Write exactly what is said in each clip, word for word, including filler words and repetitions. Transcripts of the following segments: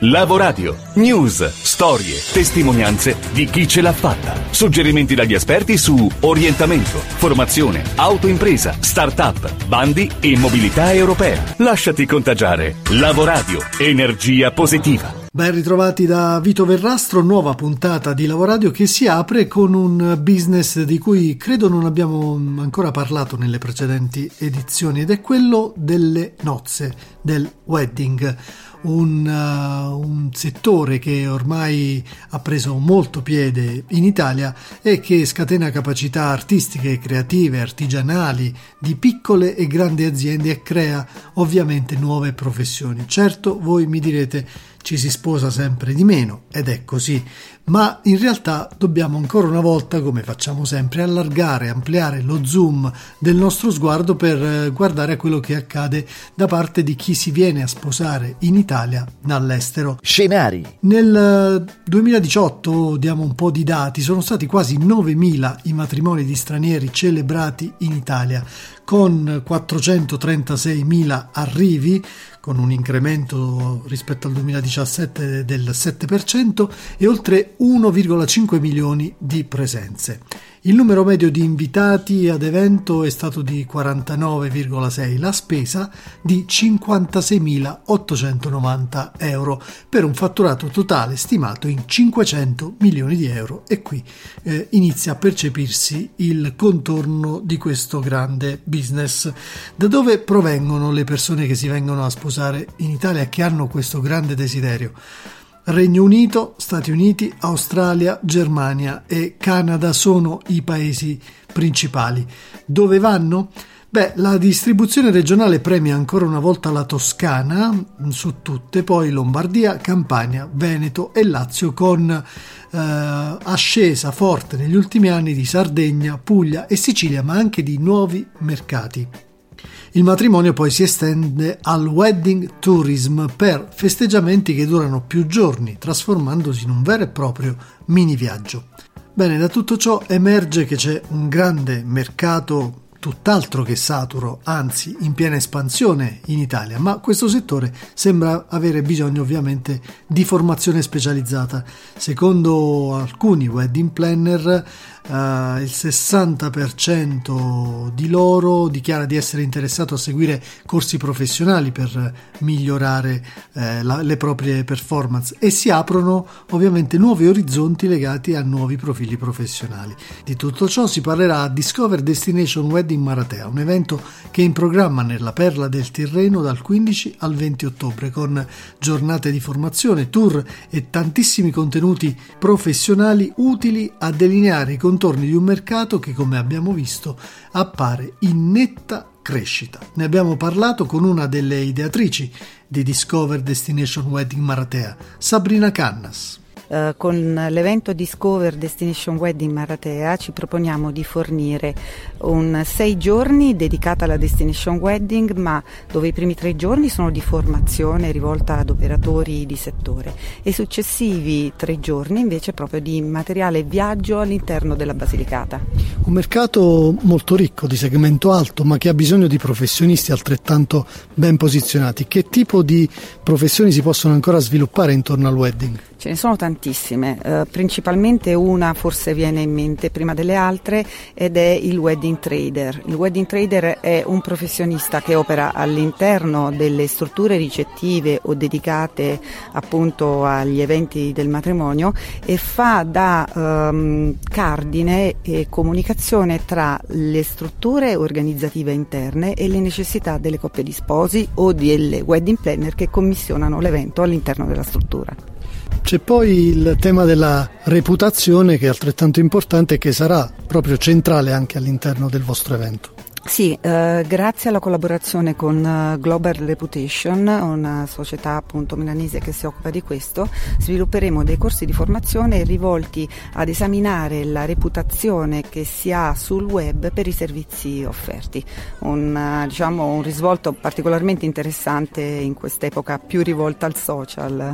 Lavoradio. News, storie, testimonianze di chi ce l'ha fatta. Suggerimenti dagli esperti su orientamento, formazione, autoimpresa, start-up, bandi e mobilità europea. Lasciati contagiare. Lavoradio. Energia positiva. Ben ritrovati da Vito Verrastro, nuova puntata di Lavoradio che si apre con un business di cui credo non abbiamo ancora parlato nelle precedenti edizioni ed è quello delle nozze, del wedding. Un, uh, un settore che ormai ha preso molto piede in Italia e che scatena capacità artistiche, creative, artigianali di piccole e grandi aziende e crea ovviamente nuove professioni. Certo, voi mi direte ci si sposa sempre di meno ed è così, ma in realtà dobbiamo ancora una volta, come facciamo sempre, allargare, ampliare lo zoom del nostro sguardo per guardare a quello che accade da parte di chi si viene a sposare in Italia dall'estero. Scenari. Nel duemiladiciotto, diamo un po' di dati, sono stati quasi novemila i matrimoni di stranieri celebrati in Italia, con quattrocentotrentasei arrivi, con un incremento rispetto al duemiladiciassette del sette per cento e oltre uno virgola cinque milioni di presenze. Il numero medio di invitati ad evento è stato di quarantanove virgola sei, la spesa di cinquantaseimilaottocentonovanta euro per un fatturato totale stimato in cinquecento milioni di euro e qui eh, inizia a percepirsi il contorno di questo grande business. Da dove provengono le persone che si vengono a sposare in Italia e che hanno questo grande desiderio? Regno Unito, Stati Uniti, Australia, Germania e Canada sono i paesi principali. Dove vanno? Beh, la distribuzione regionale premia ancora una volta la Toscana su tutte, poi Lombardia, Campania, Veneto e Lazio con eh, ascesa forte negli ultimi anni di Sardegna, Puglia e Sicilia, ma anche di nuovi mercati. Il matrimonio poi si estende al wedding tourism per festeggiamenti che durano più giorni, trasformandosi in un vero e proprio mini viaggio. Bene, da tutto ciò emerge che c'è un grande mercato tutt'altro che saturo, anzi in piena espansione in Italia, ma questo settore sembra avere bisogno ovviamente di formazione specializzata. Secondo alcuni wedding planner Uh, il sessanta per cento di loro dichiara di essere interessato a seguire corsi professionali per migliorare eh, la, le proprie performance e si aprono ovviamente nuovi orizzonti legati a nuovi profili professionali. Di tutto ciò si parlerà a Discover Destination Wedding Maratea, un evento che è in programma nella Perla del Tirreno dal quindici al venti ottobre con giornate di formazione, tour e tantissimi contenuti professionali utili a delineare i contorni di un mercato che, come abbiamo visto, appare in netta crescita. Ne abbiamo parlato con una delle ideatrici di Discover Destination Wedding Maratea, Sabrina Cannas. Uh, con l'evento Discover Destination Wedding Maratea ci proponiamo di fornire un sei giorni dedicata alla Destination Wedding, ma dove i primi tre giorni sono di formazione rivolta ad operatori di settore e i successivi tre giorni invece proprio di materiale viaggio all'interno della Basilicata. Un mercato molto ricco, di segmento alto, ma che ha bisogno di professionisti altrettanto ben posizionati. Che tipo di professioni si possono ancora sviluppare intorno al wedding? Ce ne sono tantissime, eh, principalmente una forse viene in mente prima delle altre ed è il wedding trader. Il wedding trader è un professionista che opera all'interno delle strutture ricettive o dedicate appunto agli eventi del matrimonio e fa da ehm, cardine e comunicazione tra le strutture organizzative interne e le necessità delle coppie di sposi o delle wedding planner che commissionano l'evento all'interno della struttura. C'è poi il tema della reputazione che è altrettanto importante e che sarà proprio centrale anche all'interno del vostro evento. Sì, eh, grazie alla collaborazione con uh, Global Reputation, una società appunto milanese che si occupa di questo, svilupperemo dei corsi di formazione rivolti ad esaminare la reputazione che si ha sul web per i servizi offerti. Un, uh, diciamo, un risvolto particolarmente interessante in quest'epoca più rivolta al social.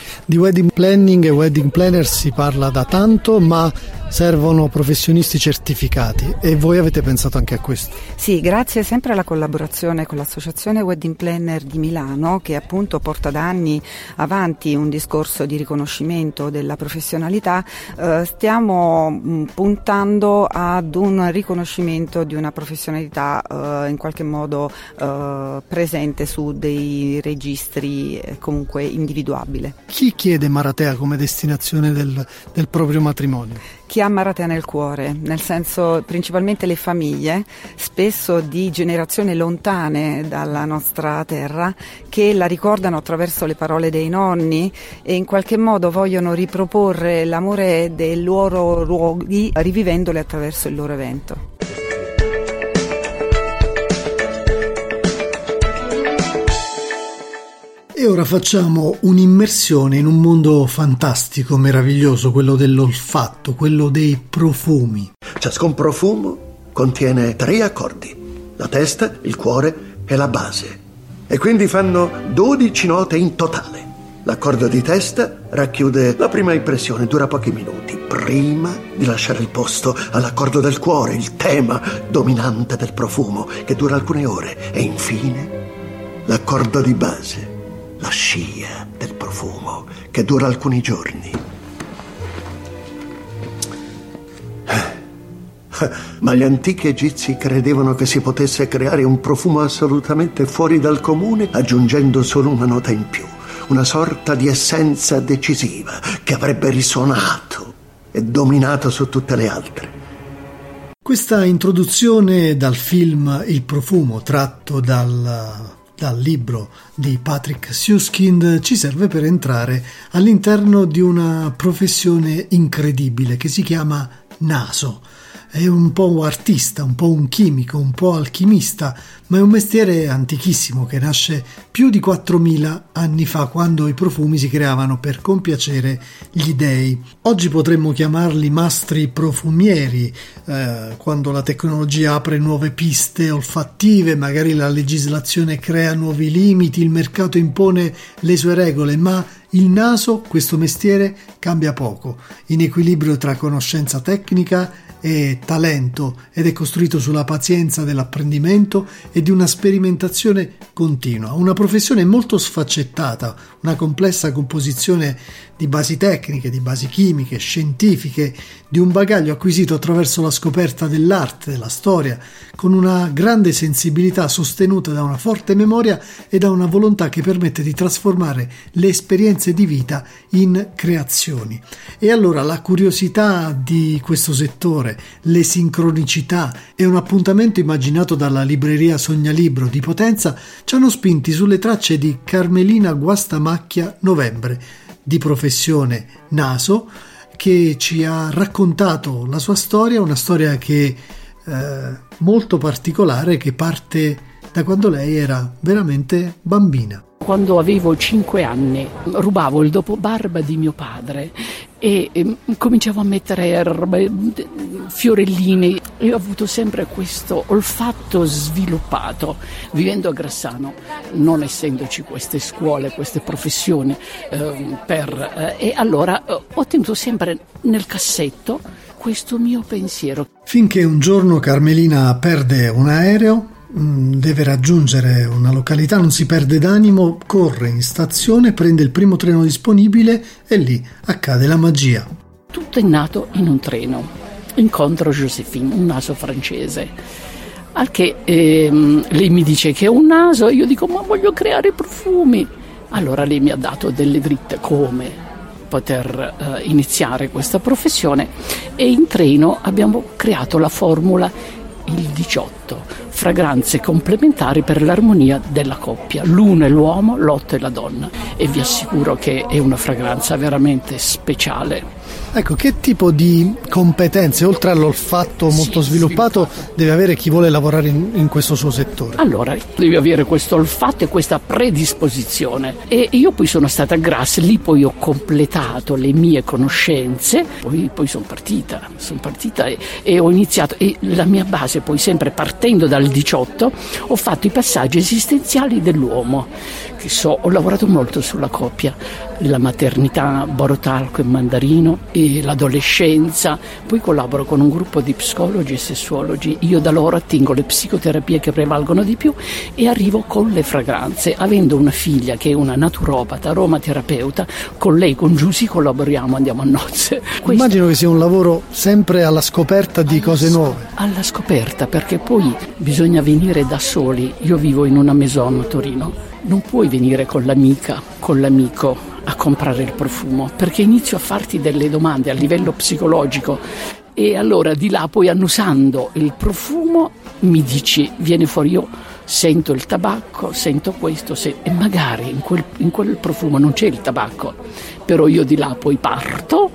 Di wedding planning e wedding planner si parla da tanto, ma servono professionisti certificati e voi avete pensato anche a questo? Sì, grazie sempre alla collaborazione con l'Associazione Wedding Planner di Milano, che appunto porta da anni avanti un discorso di riconoscimento della professionalità, eh, stiamo mh, puntando ad un riconoscimento di una professionalità eh, in qualche modo eh, presente su dei registri eh, comunque individuabile. Chi chiede Maratea come destinazione del, del proprio matrimonio? Chi ha Maratea nel cuore, nel senso principalmente le famiglie, spesso di generazioni lontane dalla nostra terra, che la ricordano attraverso le parole dei nonni e in qualche modo vogliono riproporre l'amore dei loro luoghi rivivendole attraverso il loro evento. E ora facciamo un'immersione in un mondo fantastico, meraviglioso, quello dell'olfatto, quello dei profumi. Ciascun profumo contiene tre accordi: la testa, il cuore e la base. E quindi fanno dodici note in totale. L'accordo di testa racchiude la prima impressione, dura pochi minuti, prima di lasciare il posto all'accordo del cuore, il tema dominante del profumo, che dura alcune ore. E infine l'accordo di base, la scia del profumo, che dura alcuni giorni. Ma gli antichi egizi credevano che si potesse creare un profumo assolutamente fuori dal comune aggiungendo solo una nota in più, una sorta di essenza decisiva che avrebbe risuonato e dominato su tutte le altre. Questa introduzione dal film Il profumo, tratto dal... dal libro di Patrick Suskind, ci serve per entrare all'interno di una professione incredibile che si chiama naso. È un po' un artista, un po' un chimico, un po' alchimista, ma è un mestiere antichissimo che nasce più di quattromila anni fa, quando i profumi si creavano per compiacere gli dei. Oggi potremmo chiamarli mastri profumieri, eh, quando la tecnologia apre nuove piste olfattive, magari la legislazione crea nuovi limiti, il mercato impone le sue regole, ma il naso, questo mestiere, cambia poco, in equilibrio tra conoscenza tecnica e talento, ed è costruito sulla pazienza dell'apprendimento e di una sperimentazione continua. Una professione molto sfaccettata, una complessa composizione di basi tecniche, di basi chimiche, scientifiche, di un bagaglio acquisito attraverso la scoperta dell'arte, della storia, con una grande sensibilità sostenuta da una forte memoria e da una volontà che permette di trasformare le esperienze di vita in creazioni. E allora la curiosità di questo settore, le sincronicità e un appuntamento immaginato dalla libreria Sognalibro di Potenza ci hanno spinti sulle tracce di Carmelina Guastamacchia Novembre, di professione naso, che ci ha raccontato la sua storia, una storia che eh, molto particolare, che parte da quando lei era veramente bambina. Quando avevo cinque anni rubavo il dopobarba di mio padre e, e cominciavo a mettere erbe, fiorellini, e ho avuto sempre questo olfatto sviluppato. Vivendo a Grassano, non essendoci queste scuole, queste professioni, eh, per, eh, e allora eh, ho tenuto sempre nel cassetto questo mio pensiero. Finché un giorno Carmelina perde un aereo, deve raggiungere una località, non si perde d'animo, corre in stazione, prende il primo treno disponibile e lì accade la magia. Tutto è nato in un treno. Incontro Joséphine, un naso francese, al che ehm, lei mi dice che è un naso, e io dico ma voglio creare profumi. Allora lei mi ha dato delle dritte come poter eh, iniziare questa professione, e in treno abbiamo creato la formula il diciotto, fragranze complementari per l'armonia della coppia, l'uno è l'uomo, l'otto è la donna, e vi assicuro che è una fragranza veramente speciale. Ecco, che tipo di competenze, oltre all'olfatto molto sì, sviluppato, sviluppato, deve avere chi vuole lavorare in, in questo suo settore? Allora, devi avere questo olfatto e questa predisposizione. E io poi sono stata a Grasse, lì poi ho completato le mie conoscenze, poi, poi sono partita, sono partita e, e ho iniziato, e la mia base poi sempre partendo dal diciotto, ho fatto i passaggi esistenziali dell'uomo, che so, ho lavorato molto sulla coppia, la maternità, Borotalco e Mandarino, e l'adolescenza, poi collaboro con un gruppo di psicologi e sessuologi, io da loro attingo le psicoterapie che prevalgono di più e arrivo con le fragranze, avendo una figlia che è una naturopata, aromaterapeuta, con lei, con Giusy collaboriamo, andiamo a nozze. Questo... Immagino che sia un lavoro sempre alla scoperta di alla cose sc- nuove. Alla scoperta, perché poi bisogna venire da soli, io vivo in una maison a Torino, non puoi venire con l'amica, con l'amico a comprare il profumo, perché inizio a farti delle domande a livello psicologico e allora di là poi annusando il profumo mi dici, viene fuori, io sento il tabacco, sento questo se... e magari in quel, in quel profumo non c'è il tabacco, però io di là poi parto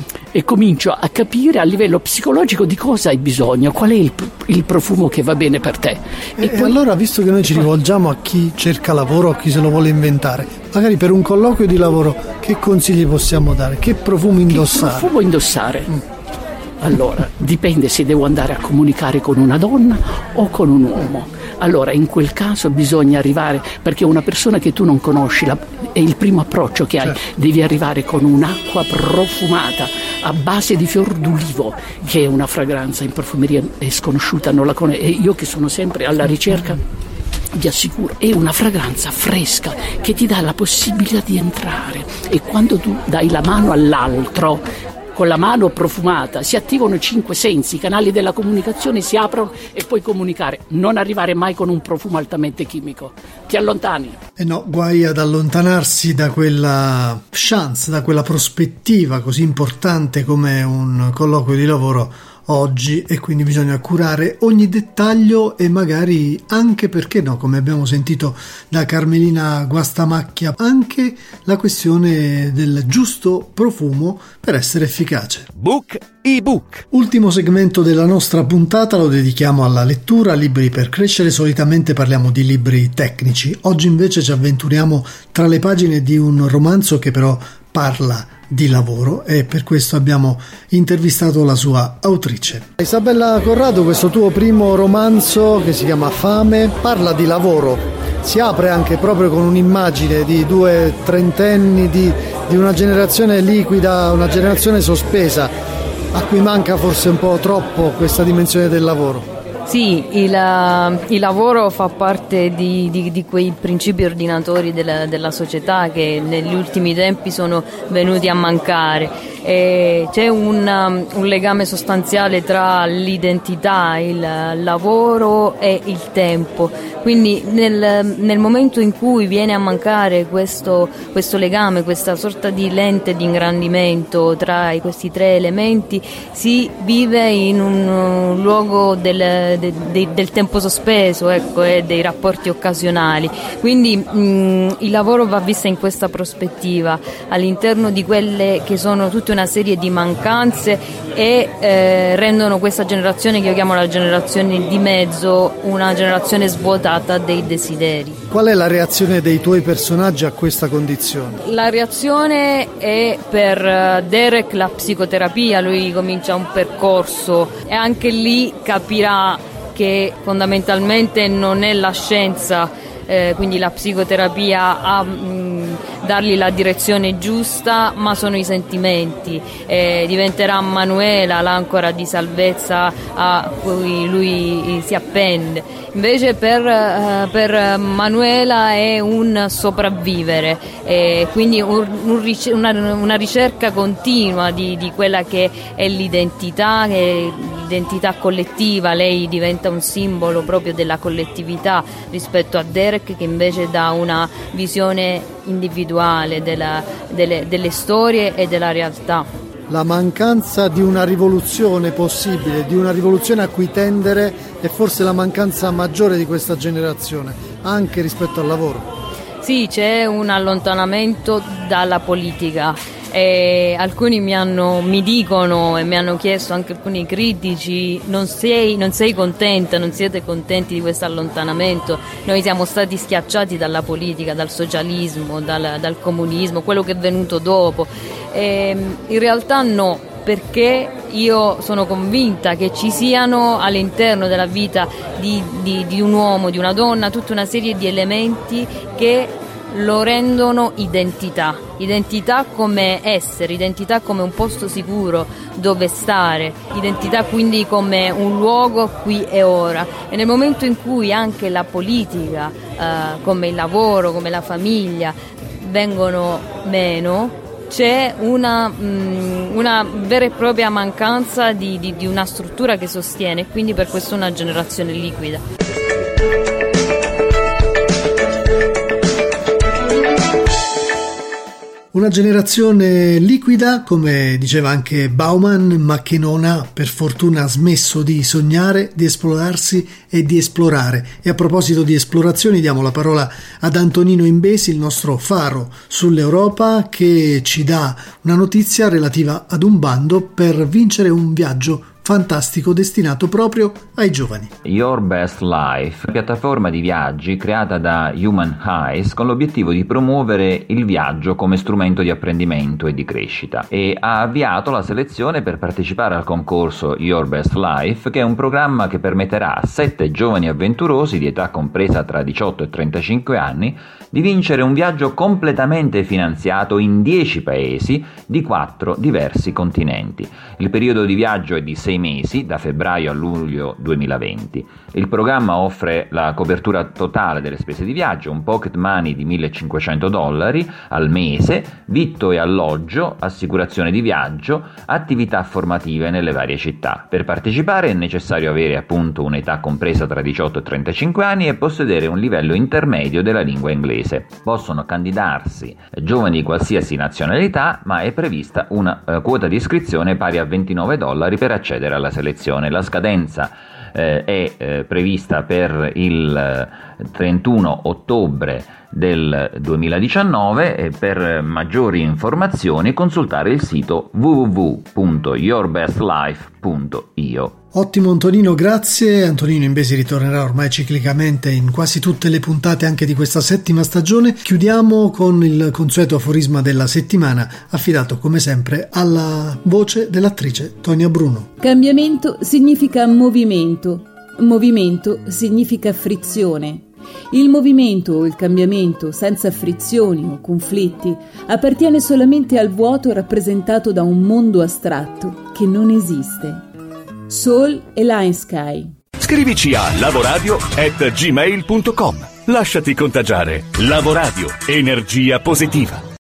e comincio a capire a livello psicologico di cosa hai bisogno, qual è il, il profumo che va bene per te. E, e, e poi... allora, visto che noi ci rivolgiamo a chi cerca lavoro, a chi se lo vuole inventare, magari per un colloquio di lavoro, che consigli possiamo dare? Che profumo indossare? Che profumo indossare? Mm. Allora, dipende se devo andare a comunicare con una donna o con un uomo. Allora, in quel caso bisogna arrivare, perché una persona che tu non conosci, la, è il primo approccio che hai, certo. Devi arrivare con un'acqua profumata a base di fior d'ulivo, che è una fragranza in profumeria è sconosciuta, non la conosco, e io che sono sempre alla ricerca, vi assicuro, è una fragranza fresca che ti dà la possibilità di entrare, e quando tu dai la mano all'altro, con la mano profumata, si attivano i cinque sensi, i canali della comunicazione si aprono e puoi comunicare. Non arrivare mai con un profumo altamente chimico, ti allontani. E no, guai ad allontanarsi da quella chance, da quella prospettiva così importante come un colloquio di lavoro oggi, e quindi bisogna curare ogni dettaglio e magari anche, perché no, come abbiamo sentito da Carmelina Guastamacchia, anche la questione del giusto profumo per essere efficace. Book ebook. Ultimo segmento della nostra puntata lo dedichiamo alla lettura, libri per crescere. Solitamente parliamo di libri tecnici, oggi invece ci avventuriamo tra le pagine di un romanzo che però parla di lavoro, e per questo abbiamo intervistato la sua autrice. Isabella Corrado, questo tuo primo romanzo che si chiama Fame parla di lavoro, si apre anche proprio con un'immagine di due trentenni, di, di una generazione liquida, una generazione sospesa, a cui manca forse un po' troppo questa dimensione del lavoro. Sì, il, il lavoro fa parte di, di, di quei principi ordinatori della, della società che negli ultimi tempi sono venuti a mancare. E c'è un, un legame sostanziale tra l'identità, il lavoro e il tempo. Quindi nel, nel momento in cui viene a mancare questo, questo legame, questa sorta di lente di ingrandimento tra questi tre elementi, si vive in un luogo del, de, de, del tempo sospeso, ecco, e dei rapporti occasionali. Quindi mh, il lavoro va visto in questa prospettiva, all'interno di quelle che sono tutte una serie di mancanze e eh, rendono questa generazione, che io chiamo la generazione di mezzo, una generazione svuotata dei desideri. Qual è la reazione dei tuoi personaggi a questa condizione? La reazione è per Derek la psicoterapia, lui comincia un percorso e anche lì capirà che fondamentalmente non è la scienza, eh, quindi la psicoterapia a mh, dargli la direzione giusta, ma sono i sentimenti. Eh, diventerà Manuela l'ancora di salvezza a cui lui si appende. Invece per, uh, per Manuela è un sopravvivere, eh, quindi un, un, una, una ricerca continua di, di quella che è l'identità, che è l'identità collettiva. Lei diventa un simbolo proprio della collettività rispetto a Derek, che invece dà una visione individuale della, delle, delle storie e della realtà. La mancanza di una rivoluzione possibile, di una rivoluzione a cui tendere, è forse la mancanza maggiore di questa generazione, anche rispetto al lavoro. Sì, c'è un allontanamento dalla politica. E alcuni mi hanno mi dicono e mi hanno chiesto, anche alcuni critici, non sei, non sei contenta, non siete contenti di questo allontanamento? Noi siamo stati schiacciati dalla politica, dal socialismo, dal, dal comunismo, quello che è venuto dopo. E in realtà no, perché io sono convinta che ci siano all'interno della vita di, di, di un uomo, di una donna, tutta una serie di elementi che lo rendono identità, identità come essere, identità come un posto sicuro dove stare, identità quindi come un luogo qui e ora. E nel momento in cui anche la politica, eh, come il lavoro, come la famiglia vengono meno, c'è una, mh, una vera e propria mancanza di, di, di una struttura che sostiene, quindi per questo una generazione liquida. Una generazione liquida, come diceva anche Bauman, ma che non ha per fortuna smesso di sognare, di esplorarsi e di esplorare. E a proposito di esplorazioni diamo la parola ad Antonino Imbesi, il nostro faro sull'Europa, che ci dà una notizia relativa ad un bando per vincere un viaggio fantastico destinato proprio ai giovani. Your Best Life, piattaforma di viaggi creata da Human Highs con l'obiettivo di promuovere il viaggio come strumento di apprendimento e di crescita, e ha avviato la selezione per partecipare al concorso Your Best Life, che è un programma che permetterà a sette giovani avventurosi di età compresa tra diciotto e trentacinque anni di vincere un viaggio completamente finanziato in dieci paesi di quattro diversi continenti. Il periodo di viaggio è di sei mesi, da febbraio a luglio duemilaventi. Il programma offre la copertura totale delle spese di viaggio, un pocket money di millecinquecento dollari al mese, vitto e alloggio, assicurazione di viaggio, attività formative nelle varie città. Per partecipare è necessario avere appunto un'età compresa tra diciotto e trentacinque anni e possedere un livello intermedio della lingua inglese. Possono candidarsi giovani di qualsiasi nazionalità, ma è prevista una eh, quota di iscrizione pari a ventinove dollari per accedere alla selezione. La scadenza eh, è eh, prevista per il eh, trentuno ottobre del duemiladiciannove, e per maggiori informazioni consultare il sito w w w punto your best life punto i o. Ottimo Antonino, grazie. Antonino Imbesi ritornerà ormai ciclicamente in quasi tutte le puntate anche di questa settima stagione. Chiudiamo con il consueto aforisma della settimana, affidato come sempre alla voce dell'attrice Tonia Bruno. Cambiamento significa movimento, movimento significa frizione. Il movimento o il cambiamento senza frizioni o conflitti appartiene solamente al vuoto rappresentato da un mondo astratto che non esiste. Soul e Line Sky. Scrivici a lavoradio at gmail punto com. Lasciati contagiare. Lavoradio, energia positiva.